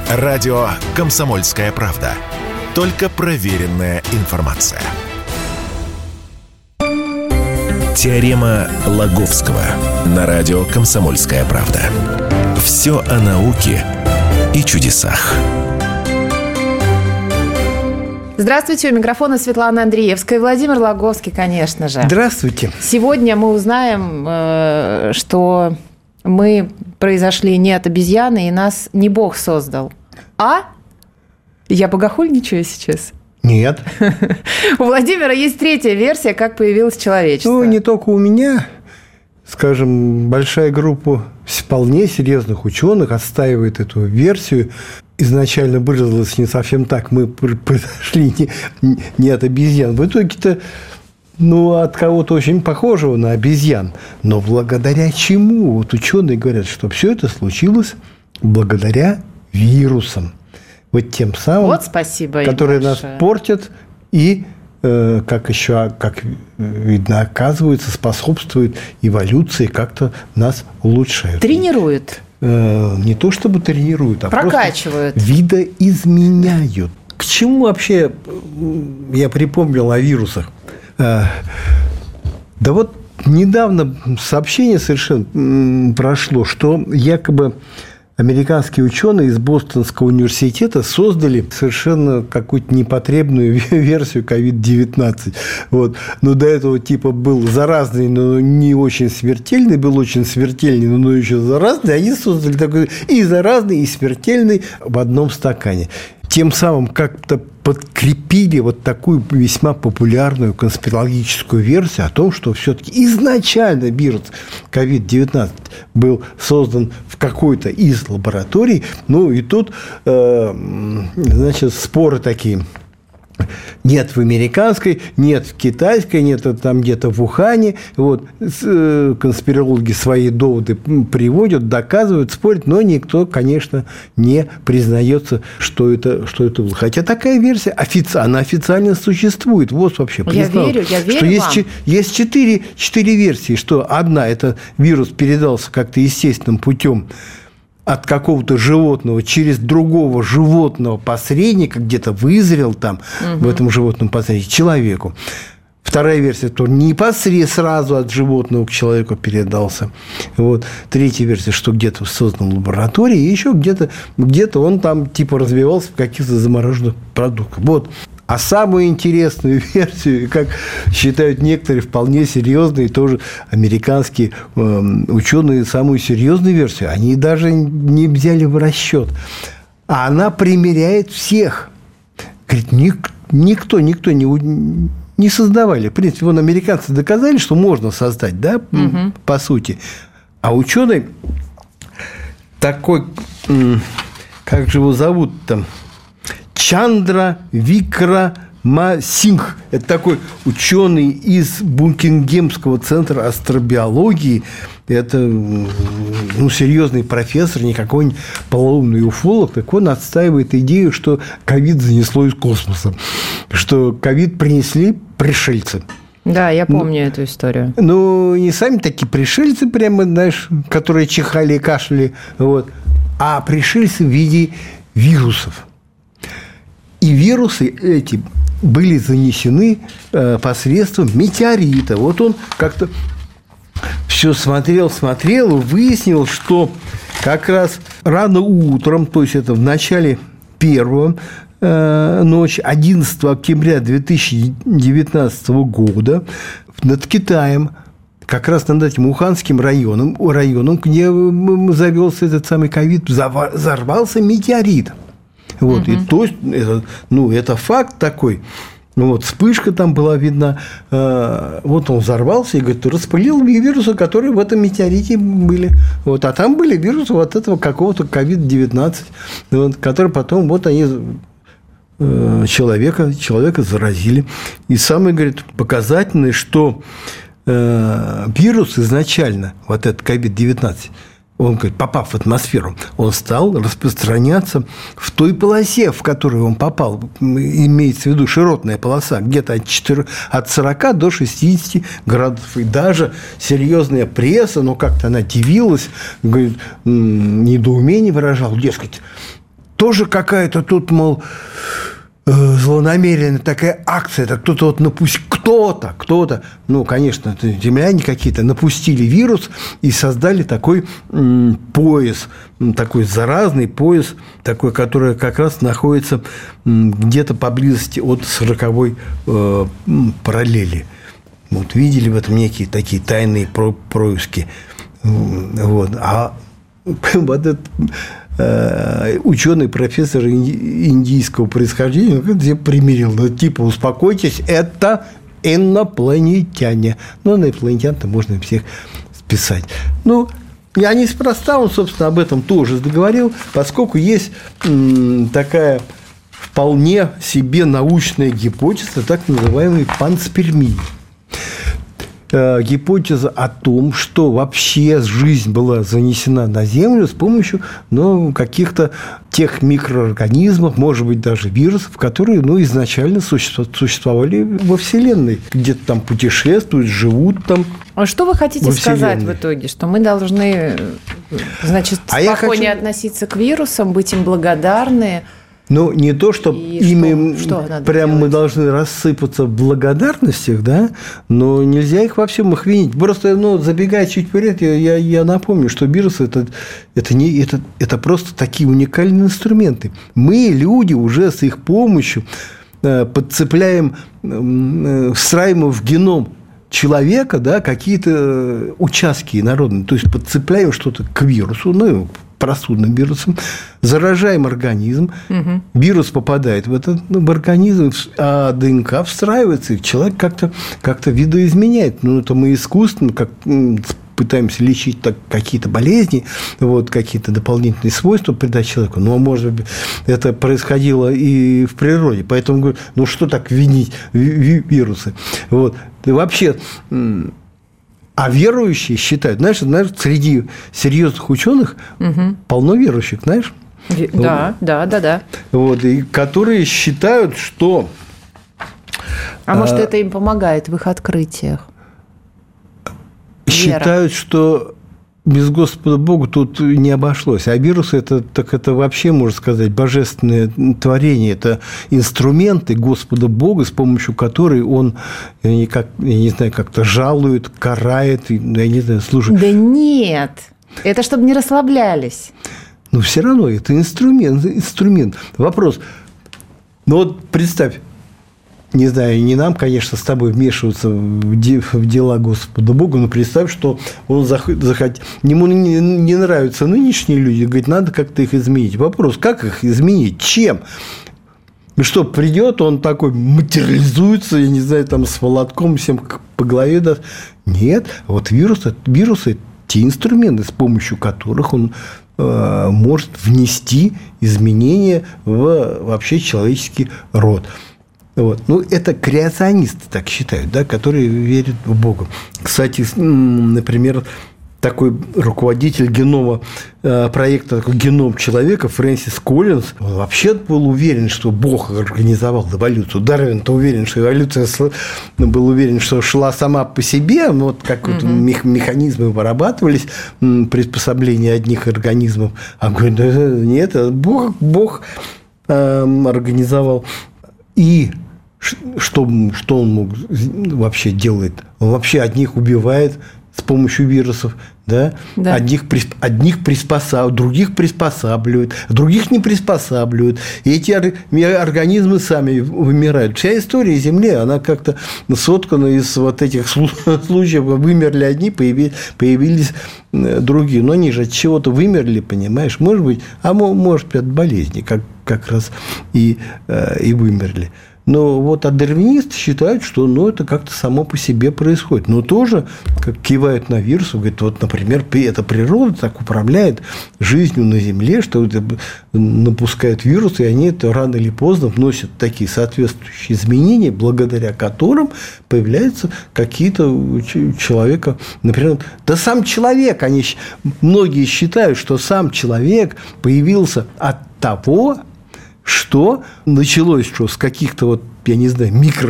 Радио «Комсомольская правда». Только проверенная информация. Теорема Лаговского на радио «Комсомольская правда». Все о науке и чудесах. Здравствуйте, у микрофона Светлана Андреевская и Владимир Лаговский, конечно же. Здравствуйте. Сегодня мы узнаем, что мы произошли не от обезьяны, и нас не Бог создал. А? Я богохульничаю сейчас? Нет. У Владимира есть третья версия, как появилось человечество. Ну, не только у меня. Скажем, большая группа вполне серьезных ученых отстаивает эту версию. Изначально выразилось не совсем так. Мы произошли не от обезьян. В итоге-то от кого-то очень похожего на обезьян. Но благодаря чему? Вот ученые говорят, что все это случилось благодаря вирусам. Вот тем самым, вот спасибо, которые нас портят и, как видно, оказывается, способствуют эволюции, как-то нас улучшают. Тренируют. Не то чтобы тренируют, а прокачивают. Просто видоизменяют. К чему вообще я припомнил о вирусах? Да вот недавно сообщение совершенно прошло, что якобы американские ученые из Бостонского университета создали совершенно какую-то непотребную версию COVID-19. Вот. Но до этого типа был заразный, но не очень смертельный, был очень смертельный, но еще заразный. Они создали такой и заразный, и смертельный в одном стакане. Тем самым как-то подкрепили вот такую весьма популярную конспирологическую версию о том, что все-таки изначально вирус COVID-19 был создан в какой-то из лабораторий. Ну, и тут, споры такие. Нет в американской, нет в китайской, нет там где-то в Ухане. Вот. Конспирологи свои доводы приводят, доказывают, спорят, но никто, конечно, не признается, что это было. Хотя такая версия она официально существует. ВОЗ вообще признал, я верю что есть четыре версии, что одна – это вирус передался как-то естественным путем от какого-то животного через другого животного посредника, где-то вызрел там в этом животном посреднике человеку. Вторая версия, то непосредственно сразу от животного к человеку передался. Вот. Третья версия, что где-то создан в лаборатории, и еще где-то он там типа развивался в каких-то замороженных продуктах. Вот. А самую интересную версию, как считают некоторые вполне серьезные, тоже американские ученые, самую серьезную версию, они даже не взяли в расчет. А она примеряет всех. Говорит, никто не создавали. В принципе, американцы доказали, что можно создать, да, по сути. А ученый такой, как же его зовут там, Чандра Викрамасингх. Это такой ученый из Букингемского центра астробиологии. Это серьезный профессор, не какой-нибудь полоумный уфолог. Так он отстаивает идею, что ковид занесло из космоса, что ковид принесли пришельцы. Да, я помню эту историю. Не сами такие пришельцы, прямо, знаешь, которые чихали и кашляли, а пришельцы в виде вирусов. И вирусы эти были занесены посредством метеорита. Вот он как-то все смотрел и выяснил, что как раз рано утром, то есть это в начале первого ночи, 11 октября 2019 года, над Китаем, как раз над этим Уханским районом, где завелся этот самый ковид, взорвался метеорит. Вот, и то есть, это факт такой. Вспышка там была видна. Вот он взорвался и, говорит, распылил вирусы, которые в этом метеорите были. Вот, а там были вирусы вот этого какого-то COVID-19, которые потом они человека заразили. И самое, говорит, показательное, что вирус изначально, вот этот COVID-19, он, говорит, попав в атмосферу, он стал распространяться в той полосе, в которую он попал. Имеется в виду широтная полоса, где-то от 40 до 60 градусов. И даже серьезная пресса, как-то она дивилась, говорит, недоумение выражала, дескать, тоже какая-то тут, мол, злонамеренная такая акция, это кто-то вот кто-то, ну, конечно, это земляне какие-то, напустили вирус и создали такой пояс, такой заразный пояс, такой, который как раз находится где-то поблизости от 40-й параллели. Вот, видели в этом некие такие тайные происки. Вот. А вот этот ученый, профессор индийского происхождения, он всех примирил. Ну, типа, успокойтесь, это инопланетяне. Ну, на инопланетян-то можно всех списать. Ну, я неспроста, он, собственно, об этом тоже заговорил, поскольку есть такая вполне себе научная гипотеза, так называемой панспермии. Гипотеза о том, что вообще жизнь была занесена на Землю с помощью каких-то тех микроорганизмов, может быть, даже вирусов, которые изначально существовали во Вселенной. Где-то там путешествуют, живут там. А что вы хотите сказать в итоге? Что мы должны, значит, спокойнее относиться к вирусам, быть им благодарны? Ну, не то, что ими прям мы должны рассыпаться в благодарностях, да, но нельзя их во всем их винить. Просто, забегая чуть вперед, я напомню, что вирусы это просто такие уникальные инструменты. Мы, люди, уже с их помощью подцепляем, встраиваем в геном человека, да, какие-то участки инородные, то есть подцепляем что-то к вирусу, простудным вирусом, заражаем организм, вирус попадает в организм, а ДНК встраивается, и человек как-то видоизменяет. Это мы искусственно пытаемся лечить какие-то болезни, какие-то дополнительные свойства придать человеку. Но, может быть, это происходило и в природе. Поэтому говорю, что так винить вирусы? И вообще... А верующие считают, знаешь, среди серьезных ученых полно верующих, знаешь? Да. И которые считают, что... А может, это им помогает в их открытиях? Считают, что без Господа Бога тут не обошлось. А вирус это вообще, можно сказать, божественное творение. Это инструменты Господа Бога, с помощью которой он, как-то жалует, карает, служит. Да нет, это чтобы не расслаблялись. Но все равно это инструмент. Вопрос. Представь, не знаю, не нам, конечно, с тобой вмешиваться в дела Господа Бога, но представь, что он ему не нравятся нынешние люди, говорит, надо как-то их изменить. Вопрос, как их изменить? Чем? Что, придет, он такой материализуется, я не знаю, там с молотком всем по голове даст? Нет, вирусы те инструменты, с помощью которых он может внести изменения в вообще человеческий род. Это креационисты так считают, да, которые верят в Бога. Кстати, например, такой руководитель генома проекта «Геном человека» Фрэнсис Коллинз, он вообще был уверен, что Бог организовал эволюцию. Дарвин-то уверен, что эволюция был уверен, что шла сама по себе, как механизмы вырабатывались, приспособление одних организмов. А говорит, нет, Бог организовал. И что он вообще делает? Он вообще одних убивает с помощью вирусов, да? Одних приспосабливает, других приспосабливает, других не приспосабливают. И эти организмы сами вымирают. Вся история Земли, она как-то соткана из этих случаев. Вымерли одни, появились другие. Но они же от чего-то вымерли, понимаешь? Может быть, может от болезни, как раз и вымерли. Но дарвинисты считают, что это как-то само по себе происходит. Но тоже как кивают на вирус, говорят, например, эта природа так управляет жизнью на Земле, что напускают вирусы, и они это рано или поздно вносят такие соответствующие изменения, благодаря которым появляются какие-то у человека, например, сам человек, многие считают, что сам человек появился от того, что началось с каких-то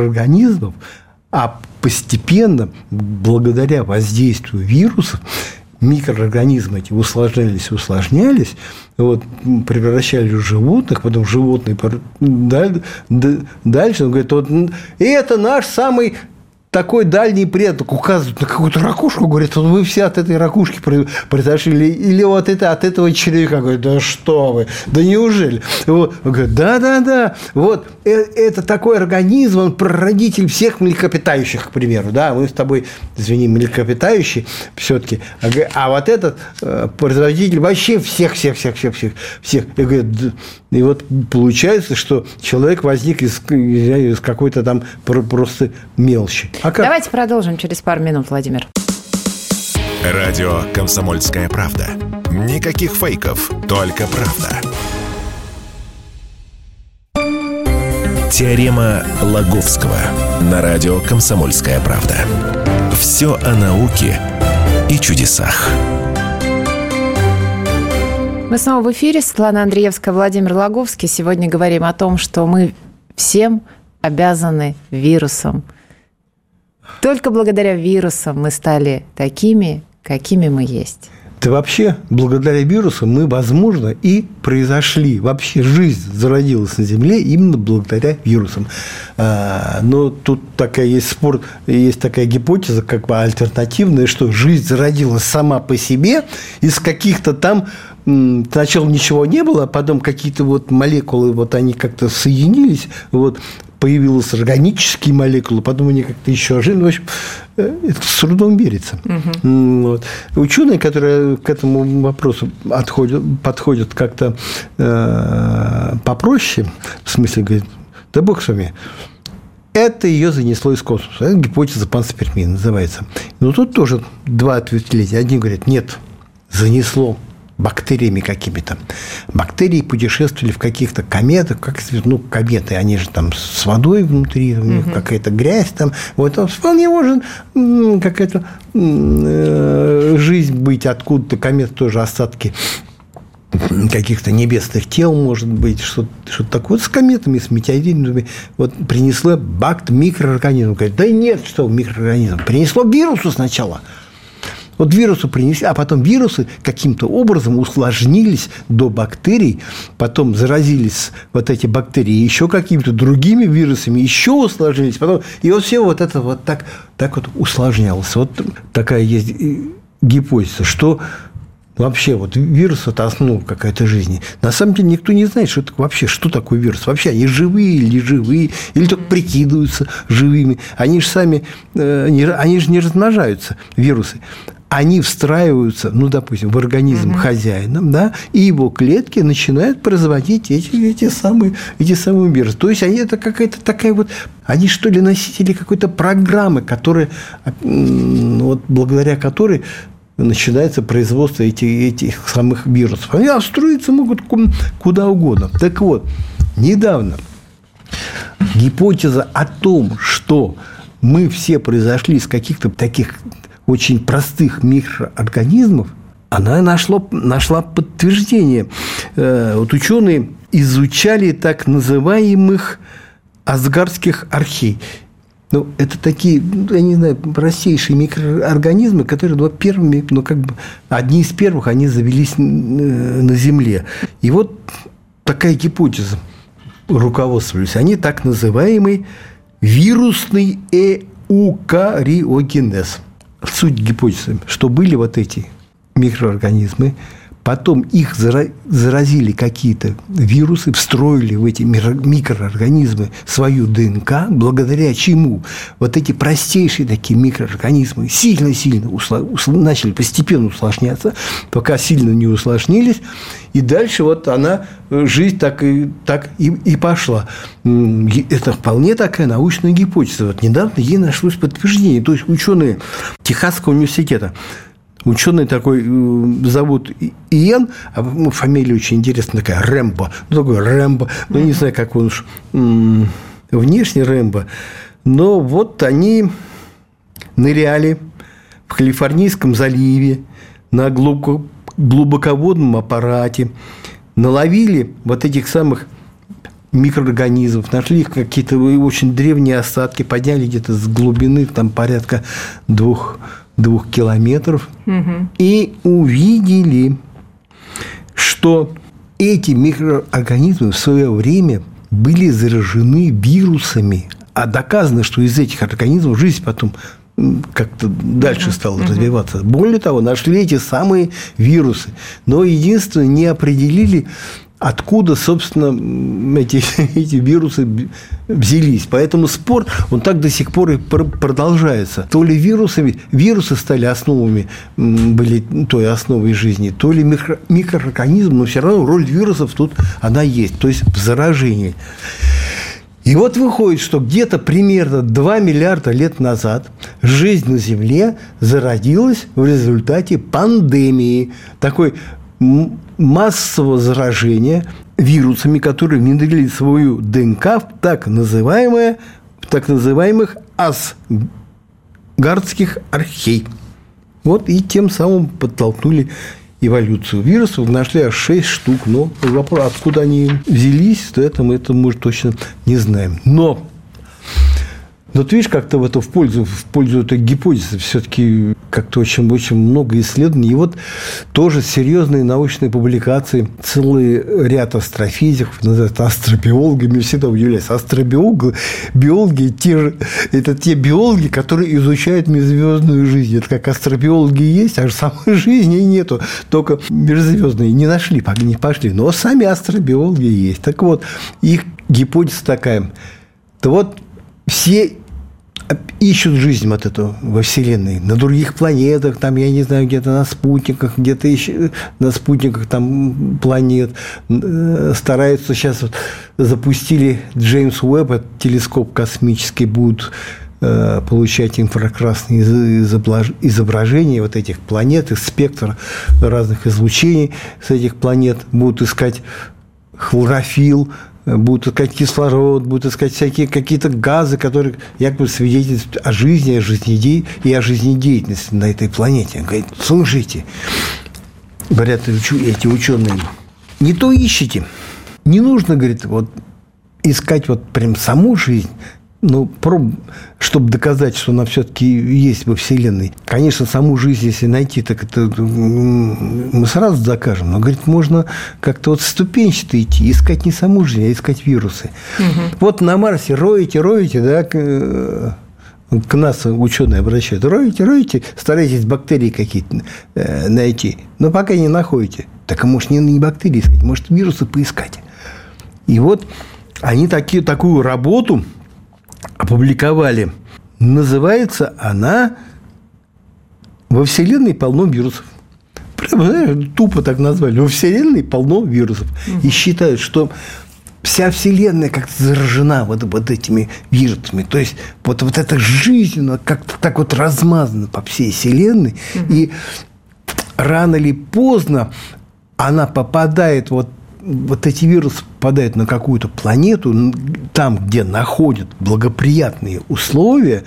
микроорганизмов, а постепенно, благодаря воздействию вирусов, микроорганизмы эти усложнялись, вот, превращали в животных, потом животные дальше, он говорит, вот, и это наш самый такой дальний предок, указывают на какую-то ракушку, говорит, вот вы все от этой ракушки произошли, или вот это от этого червяка, говорит, да что вы, да неужели? Вот. Он говорит, да, вот это такой организм, он прародитель всех млекопитающих, к примеру, да, мы с тобой, извини, млекопитающие все-таки, а вот этот производитель вообще всех. И говорит, и вот получается, что человек возник из какой-то там просто мелочи. Давайте продолжим через пару минут, Владимир. Радио «Комсомольская правда». Никаких фейков, только правда. Теорема Лаговского на радио «Комсомольская правда». Все о науке и чудесах. Мы снова в эфире. Светлана Андреевская, Владимир Лаговский. Сегодня говорим о том, что мы всем обязаны вирусам. Только благодаря вирусам мы стали такими, какими мы есть. Да вообще, благодаря вирусам мы, возможно, и произошли. Вообще жизнь зародилась на Земле именно благодаря вирусам. Но тут есть спор, есть такая гипотеза, как бы альтернативная, что жизнь зародилась сама по себе из каких-то там. Сначала ничего не было, а потом какие-то вот молекулы, вот они как-то соединились, вот, появились органические молекулы, потом они как-то еще ожили. В общем, это с трудом верится. Вот. Ученые, которые к этому вопросу подходят как-то попроще, в смысле, говорят, да бог с вами, это ее занесло из космоса. Это гипотеза панспермии называется. Но тут тоже два ответвления. Одни говорят, нет, занесло бактериями какими-то. Бактерии путешествовали в каких-то кометах, кометы, они же там с водой внутри, у них какая-то грязь там. Вот вполне может какая-то жизнь быть, откуда-то комет тоже остатки каких-то небесных тел, может быть, что-то такое. Вот с кометами, с метеоритами вот принесло микроорганизм. Говорит, да нет, что микроорганизм. Принесло вирусу сначала. Вот вирусу принесли, а потом вирусы каким-то образом усложнились до бактерий, потом заразились вот эти бактерии еще какими-то другими вирусами, еще усложнились, потом, и вот все вот это вот так вот усложнялось. Вот такая есть гипотеза, что вообще вот вирус – это основа какая-то жизни. На самом деле никто не знает, что это вообще, что такое вирус. Вообще они живые или не живые, или только прикидываются живыми. Они же сами, они же не размножаются, вирусы. Они встраиваются, допустим, в организм хозяина, да, и его клетки начинают производить эти самые вирусы. То есть они это какая-то такая вот, они что ли носители какой-то программы, которая, вот благодаря которой начинается производство этих самых вирусов. Они встроиться могут куда угодно. Так вот, недавно гипотеза о том, что мы все произошли из каких-то таких очень простых микроорганизмов, она нашла подтверждение. Вот ученые изучали так называемых асгардских архей. Это такие, я не знаю, простейшие микроорганизмы, которые первыми, одни из первых, они завелись на Земле. И вот такая гипотеза руководствовались. Они так называемый вирусный эукариогенез. Суть гипотезы, что были вот эти микроорганизмы, потом их заразили какие-то вирусы, встроили в эти микроорганизмы свою ДНК, благодаря чему вот эти простейшие такие микроорганизмы сильно-сильно начали постепенно усложняться, пока сильно не усложнились, и дальше вот жизнь так и пошла. Это вполне такая научная гипотеза. Вот недавно ей нашлось подтверждение. То есть ученые Техасского университета, ученый такой, зовут Иэн, а фамилия очень интересная такая, Рэмбо. Такой Рэмбо. Не знаю, как он уж внешне Рэмбо. Но вот они ныряли в Калифорнийском заливе на глубоководном аппарате, наловили вот этих самых микроорганизмов, нашли их какие-то очень древние остатки, подняли где-то с глубины там порядка 2 километров и увидели, что эти микроорганизмы в свое время были заражены вирусами, а доказано, что из этих организмов жизнь потом как-то дальше стала развиваться. Более того, нашли эти самые вирусы, но единственное, не определили, откуда, собственно, эти вирусы взялись. Поэтому спор, он так до сих пор и продолжается. То ли вирусы стали основами, были той основой жизни, то ли микроорганизм, но все равно роль вирусов тут она есть, то есть в заражении. И вот выходит, что где-то примерно 2 миллиарда лет назад жизнь на Земле зародилась в результате пандемии, такой массового заражения вирусами, которые внедрили свою ДНК в так называемых асгардских архей. Вот и тем самым подтолкнули эволюцию вирусов. Нашли аж 6 штук. Но вопрос, откуда они взялись, то это мы точно не знаем. Но ты видишь, как-то в пользу этой гипотезы все-таки как-то очень много исследований. И вот тоже серьезные научные публикации, целый ряд астрофизиков, называют астробиологами, всегда удивляюсь. Астробиологи, это те биологи, которые изучают межзвездную жизнь. Это как астробиологи есть, а самой жизни нету. Только межзвездные не нашли, не пошли. Но сами астробиологи есть. Так вот, их гипотеза такая. То вот все ищут жизнь вот эту во Вселенной, на других планетах, там, я не знаю, где-то на спутниках, где-то еще на спутниках там планет. Стараются сейчас, запустили Джеймс Уэбб, это телескоп космический, будут получать инфракрасные изображения вот этих планет, и спектр разных излучений с этих планет, будут искать хлорофилл, будут искать кислород, будут искать всякие какие-то газы, которые якобы свидетельствуют о жизни, и о жизнедеятельности на этой планете. Говорит, слушайте, говорят эти ученые, не то ищите. Не нужно, говорит, искать прям саму жизнь, чтобы доказать, что она все-таки есть во Вселенной. Конечно, саму жизнь, если найти, так это мы сразу докажем. Но, говорит, можно как-то ступенчато идти, искать не саму жизнь, а искать вирусы. Вот на Марсе роете, да, к нас ученые обращают. Роете, старайтесь бактерии какие-то найти. Но пока не находите. Так, а может, не бактерии искать, может, вирусы поискать. И вот они такую работу опубликовали. Называется она «Во Вселенной полно вирусов». Прямо, тупо так назвали. Во Вселенной полно вирусов. И считают, что вся Вселенная как-то заражена вот этими вирусами. То есть, вот эта жизнь, она как-то так размазана по всей Вселенной. И рано или поздно она попадает эти вирусы попадают на какую-то планету, там, где находят благоприятные условия,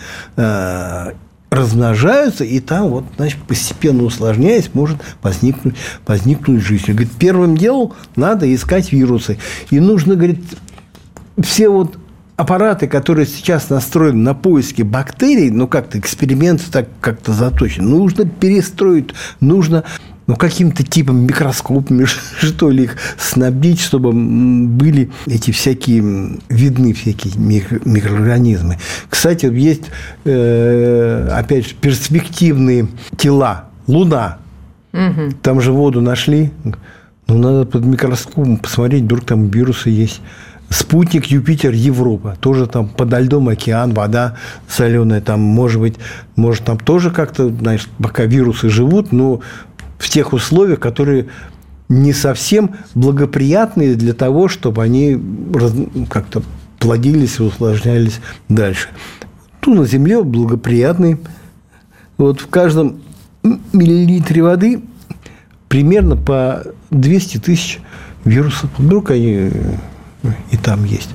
размножаются, и там, постепенно усложняясь, может возникнуть жизнь. Говорит, первым делом надо искать вирусы. И нужно, говорит, все аппараты, которые сейчас настроены на поиски бактерий, как-то эксперименты так как-то заточены, нужно перестроить, нужно каким-то типом микроскопами, что ли, их снабдить, чтобы были эти видны всякие микроорганизмы. Кстати, есть, опять же, перспективные тела. Луна. Там же воду нашли. Надо под микроскопом посмотреть, вдруг там вирусы есть. Спутник Юпитер, Европа. Тоже там подо льдом океан, вода соленая. Там, может там тоже как-то, пока вирусы живут, но в тех условиях, которые не совсем благоприятные для того, чтобы они как-то плодились и усложнялись дальше. Тут на Земле благоприятный. В каждом миллилитре воды примерно по 200 тысяч вирусов. Вдруг они и там есть.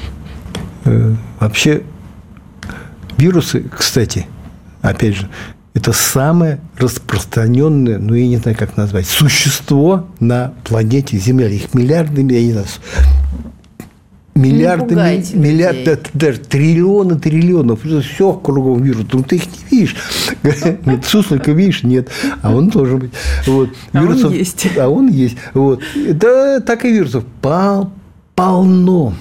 Вообще, вирусы, кстати, опять же, это самое распространенное, я не знаю, как назвать, существо на планете Земля. Их миллиарды, я не знаю, миллиарды, даже триллионов. Все кругом вирус. Ну, ты их не видишь. Суслика видишь? Нет. А он должен быть. Вот. Вирусов, он есть. А он есть. Вот. Да, так и вирусов полно.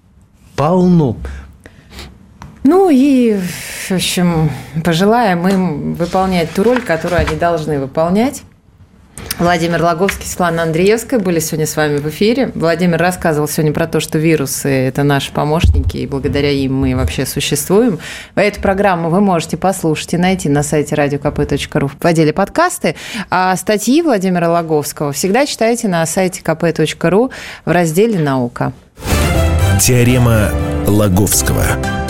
Ну и, в общем, пожелаем им выполнять ту роль, которую они должны выполнять. Владимир Логовский, Светлана Андреевская были сегодня с вами в эфире. Владимир рассказывал сегодня про то, что вирусы – это наши помощники, и благодаря им мы вообще существуем. Эту программу вы можете послушать и найти на сайте radiokp.ru в отделе «Подкасты». А статьи Владимира Логовского всегда читайте на сайте kp.ru в разделе «Наука». Теорема Логовского.